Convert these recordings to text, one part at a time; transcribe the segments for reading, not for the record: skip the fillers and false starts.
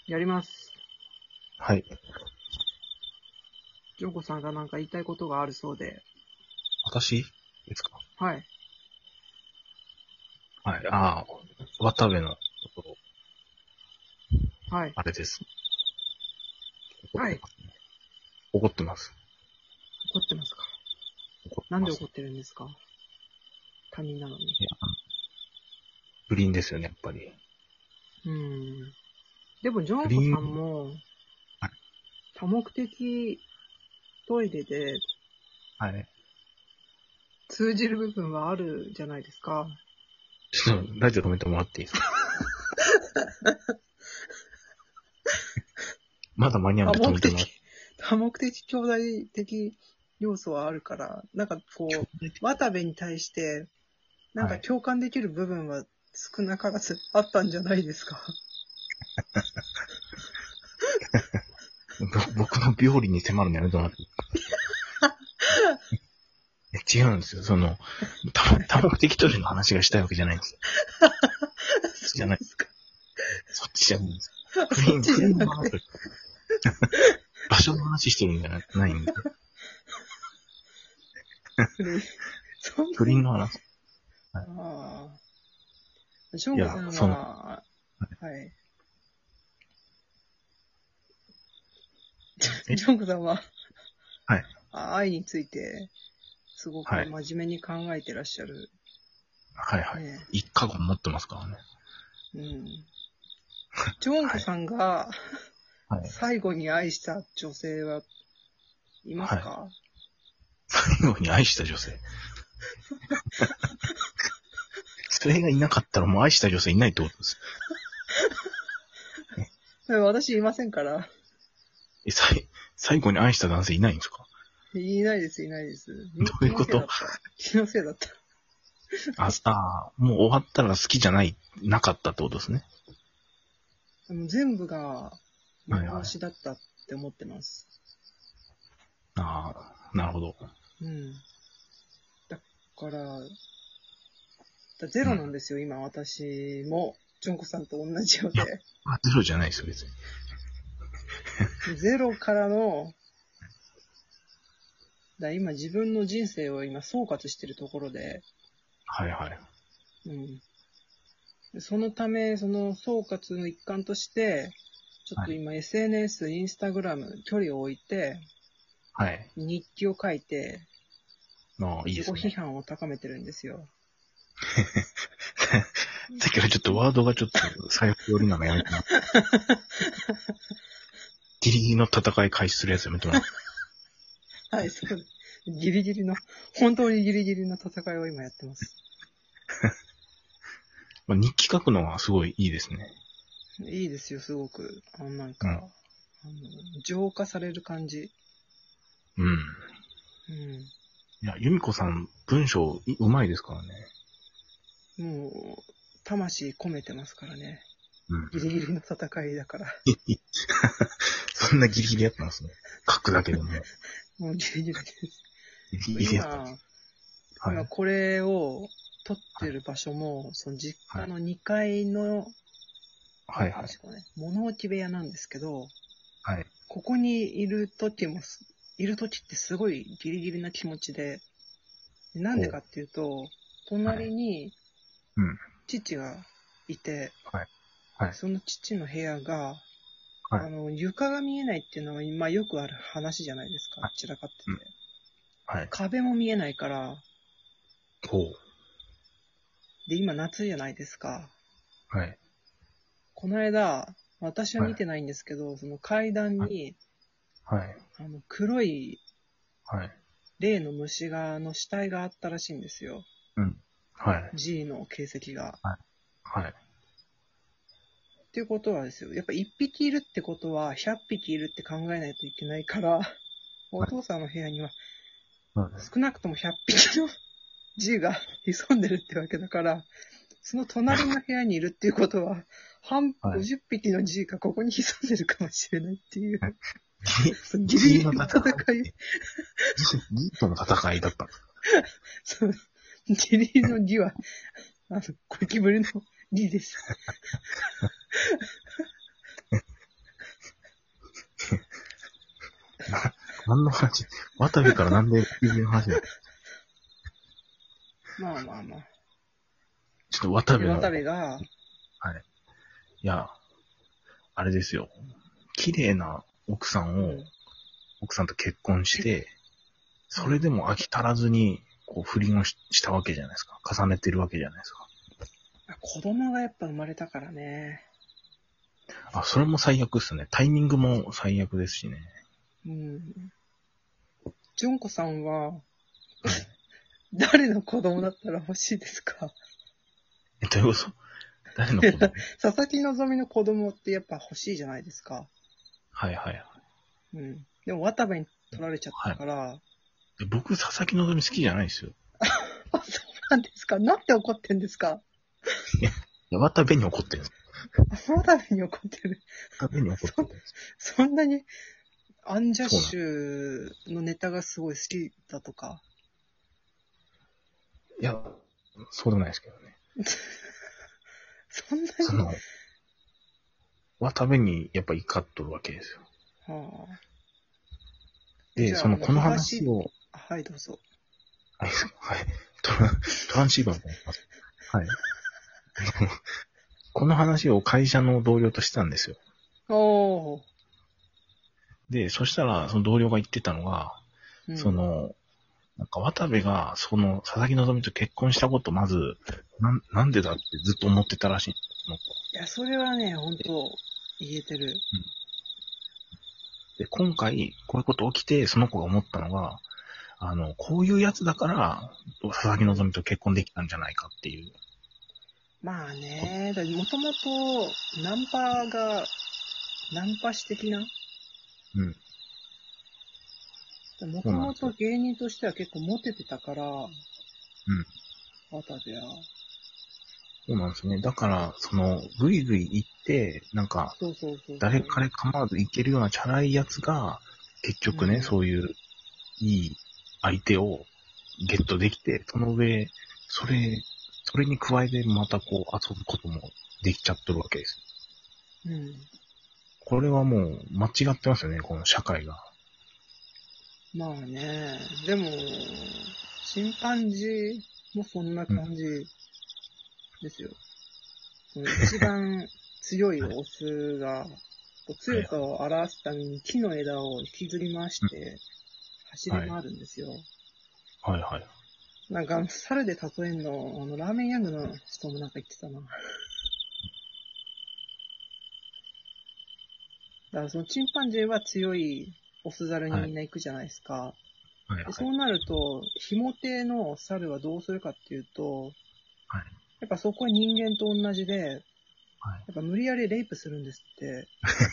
やります。 はい。 ジョンコさんがなんか言いたいことがあるそうで。 私ですか？ はい。 はい。ああ、渡部のこと、 はい。 あれです。怒っはい。 てますね。怒ってます。 怒ってますか？ 怒ってます。 なんで怒ってるんですか？他人なのに。 いや、不倫ですよね、やっぱり。 でも、ジョ不倫、 ンコさんもはい。 多目的トイレではい。 通じる部分はあるじゃないですか。 ちょっと、ラジオ止めてもらっていいですか？まだ間に合うんで止多目的、 めてもらって。 多目的兄弟的要素はあるから、なんかこう、渡部に対して、なんはい。 か共感できる部分は少なからずあったんじゃないですか。 僕の病理に迫るのやめてもらっていい？違うんですよ。多目的トイレの話がしたいわけじゃないんですよ。そっちじゃない。 そうですか。 そっちじゃないんですよ。 そっち不じゃなくて。 倫の話、場所の話してるんじゃないんで。 そんなに。 不倫の話。はい。 ああ。ショいや、 ンゴさんは、はい。 えジョンゴさんは、 はい。 愛について、すごくはい。 真面目に考えてらっしゃる。 はいはい。 ね一過言持ってますからね。 え。うん。ジョンはい。 ゴさんがはい。 最後に愛した女性はいますはい。 か？ 最後に愛した女性。それがいなかったらもう愛した女性いないってことです。 私いませんから。 え、最後に愛した男性いないんですか？ いないです、いないです。 どう気いうこと？ のせいだった。気のせいだった。 もう終わったら好きじゃない、なかったってことですね。 全部がはいはい。 幻だったって思ってます。 ああ、なるほど。 うん。だから、ゼうん。 ロなんですよ、今私も。ジョンコさんと同じよういや、 で。 ゼロじゃないですよ、別に。 ゼロからの、今自分の人生を今総括してるところで、 はいはい。 うん。そのため、その総括の一環として、ちょっはい。 と今 SNS、インスタグラム、距離を置いて、 はい。 日記を書いて、 ああ、いい自己ですね。 批判を高めてるんですよ。 さっきからちょっとワードがちょっと最悪寄りなのやめてもらって。ギリギリの戦い開始するやつやめてもらって。 はい、そうです。ギリギリの、本当にギリギリの戦いを今やってます。 まあ、日記書くのはすごいいいですね。 いいですよ、すごく。なんか、 うん。 浄化される感じ。 うん。 うん。 いや、由美子さん、文章うまいですからね。 もう、魂込めてますからね。 うん。 ギリギリの戦いだから。 そんなギリギリやったんですね。書くだけでも。 もうギリギリです。 ギリギリやったんです。はい。 今これを撮っはい。 てる場所も、その実はい。 家の2階の、なんはいはい。 ですかね、物置部屋なんですけど、 はい。 ここにいる時ってすごいギリギリな気持ちで、なんほう。 でかっていうと、 はい。 隣にうん。 父がいて、 はい。はい。 その父の部屋が、 はい。 床が見えないっていうのは今よくある話じゃないですか。 はい。 散らかってて。 うん。はい。 壁も見えないから、 ほう。 で、今夏じゃないですか。 はい。 この間、私ははい。 見てないんですけど、その階段はい。 に、 はい。 黒いはい。 例の虫の死体があったらしいんですよ。 うん。はい。 G の形跡が。 はい。はい。 っていうことはですよ。やっぱ1匹いるってことは100匹いるって考えないといけないから、おはい。 父さんの部屋にははい。 少なくとも100匹の G が潜んでるってわけだから、その隣の部屋にいるっていうことは、 はい。 50匹の G がここに潜んでるかもしれないっていう、そのギリギリギリのギリの戦い戦い、 ギリとの戦いだったんですか？ そのギリギリのギは、ゴキブリのギです。 何の話渡部からなんで指の話だまあまあまあ。 ちょっと渡部の。 渡部が、 はい。いや、あれですよ。綺麗な奥さんを、奥さんと結婚して、それでも飽き足らずに、こう、不倫をしたわけじゃないですか。重ねてるわけじゃないですか。 子供がやっぱ生まれたからね。 あ、それも最悪っすね。タイミングも最悪ですしね。 うん。純子さんは、誰の子供だったら欲しいですか？ どういうこと誰の子供佐々木希の子供ってやっぱ欲しいじゃないですか。 はいはいはい。 うん。でも渡部に取られちゃったから。はい、 僕、佐々木希好きじゃないですよ。 あ、そうなんですか？なんで怒ってんですか？ いや、渡部に怒ってるんです。 渡部に怒ってる。 渡部に怒ってるんです。 そんなに、アンジャッシュのネタがすごい好きだとか。 いや、そうでもないですけどね。 そんなにその、渡部にやっぱ怒っとるわけですよ。 はあ、 で、この話を。 はい、どうぞ。 はい、はい。トランシーバーもあります。はい。この話を会社の同僚としてたんですよ。 おー。 で、そしたら、その同僚が言ってたのが、 うん、 なんか渡部が、佐々木希と結婚したこと、まず、なんでだってずっと思ってたらしい。 いや、それはね、本当言えてる。 うん。で、今回、こういうこと起きて、その子が思ったのが、こういうやつだから、佐々木希と結婚できたんじゃないかっていう。 まあね、もともと、ナンパ師的なうん。 もともと芸人としては結構モテてたから、 うん。 渡部は。 そうなんですね。だから、ぐいぐい行って、なんか、誰彼構わず行けるようなチャラいやつが、結局ね、そういう、いい相手をゲットできて、その上、それに加えてまたこう遊ぶこともできちゃってるわけです。 うん。 これはもう間違ってますよね、この社会が。 まあね、でも、チンパンジーもそんな感じですよ。一番強いオスが、強さを表すために木の枝を引きずり回して走り回るんですよ。 はいはい。 なんか、猿で例えんの、ラーメンヤングの人もなんか言ってたな。だからそのチンパンジーは強いオス猿にみんな行くじゃないですか。はいはい、でそうなると、ひも手の猿はどうするかっていうと、はい、やっぱそこは人間と同じで、はい、やっぱ無理やりレイプするんですって。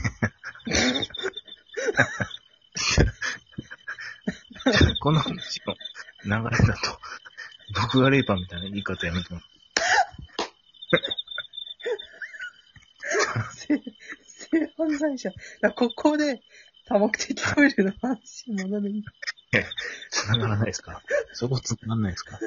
この話の流れだと、僕がレイパーみたいな言い方やめても性犯罪者。ここで多目的トイレの話に戻る。 繋がらないですか？そこ繋がらないですか？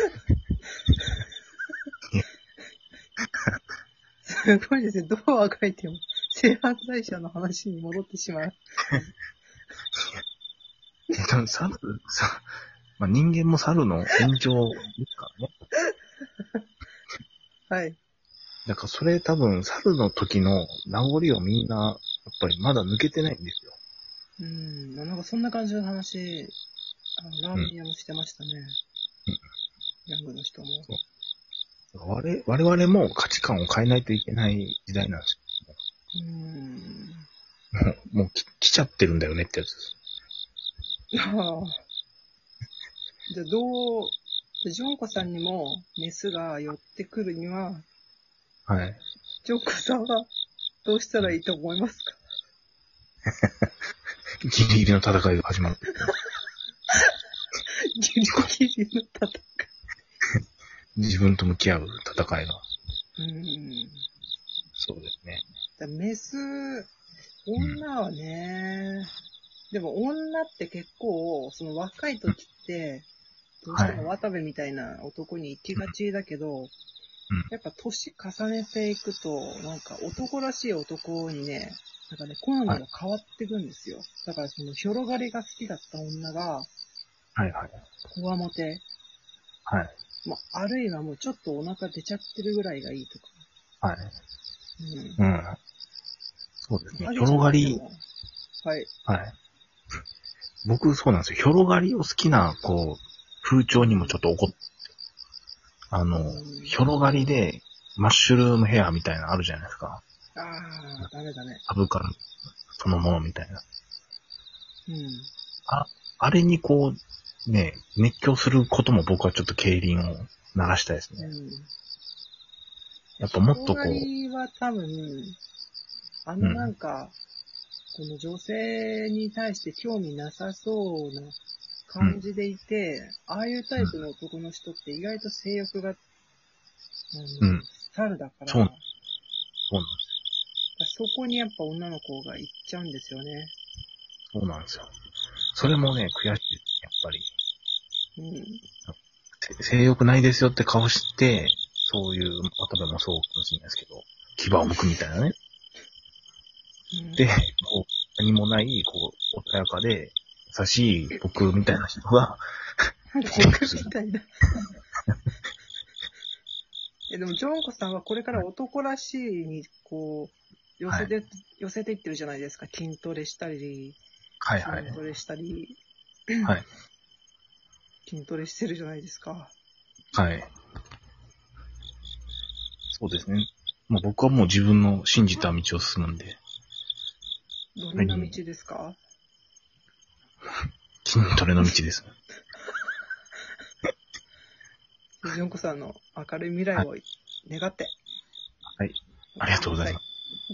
すごいですね。どうあがいても性犯罪者の話に戻ってしまう。 まあ、人間も猿の延長ですからね。 はい。 だからそれ多分猿の時の名残をみんな、やっぱりまだ抜けてないんですよ。 なんかそんな感じの話、ラーメン屋もしてましたね。ヤングの人も。 我々も価値観を変えないといけない時代なんですよ。もう来ちゃってるんだよねってやつです。 じゃあジョンコさんにもメスが寄ってくるには、 はい。 ジョンコさんはどうしたらいいと思いますか？ ギリギリの戦いが始まる。 ギリギリの戦い。 自分と向き合う戦いが。そうですね。 メス、女はね、でも女って結構、その若い時って、どうしても渡部みたいな男に行きがちだけど、 やっぱ年重ねていくと、なんか男らしい男にね、なんかね、好みが変わっていくんですよ。だからその広がりが好きだった女が、 はいはい。 こわもて。 はい。 あるいはもうちょっとお腹出ちゃってるぐらいがいいとか。 はい。 うん。 うん。そうですね。広がり。 はい。 はい。僕、そうなんですよ。広がりを好きな、こう、風潮にもちょっと怒って、広がりで、マッシュルームヘアみたいなのあるじゃないですか。 ああ、ダメだね。 サブカルそのものみたいな。 うん。 あれにこう、ね、熱狂することも僕はちょっと競輪を鳴らしたいですね。うん。やっぱもっとこう。広がりは多分、なんか、この女性に対して興味なさそうな感じでいて、ああいうタイプの男の人って意外と性欲が、猿だから、 そうなんですよ。そこにやっぱ女の子が行っちゃうんですよね。 そうなんですよ。それもね、悔しいです、やっぱり。性欲ないですよって顔して、そういう、渡部もそうかもしれないですけど、牙を剥くみたいなね。で、こう、何もない、こう、穏やかで、優しい僕みたいな人が、 僕みたいな。でも、ジョンコさんはこれから男らしいに、こう、寄せていってるじゃないですか。筋トレしたり、 はいはい。 筋トレしたり、 はい。 筋トレしてるじゃないですか。 はい。そうですね。もう僕はもう自分の信じた道を進むんで。 どんな道ですか？ 筋トレの道です。 ジョンコさんの明るい未来を願って。 はい。ありがとうございます。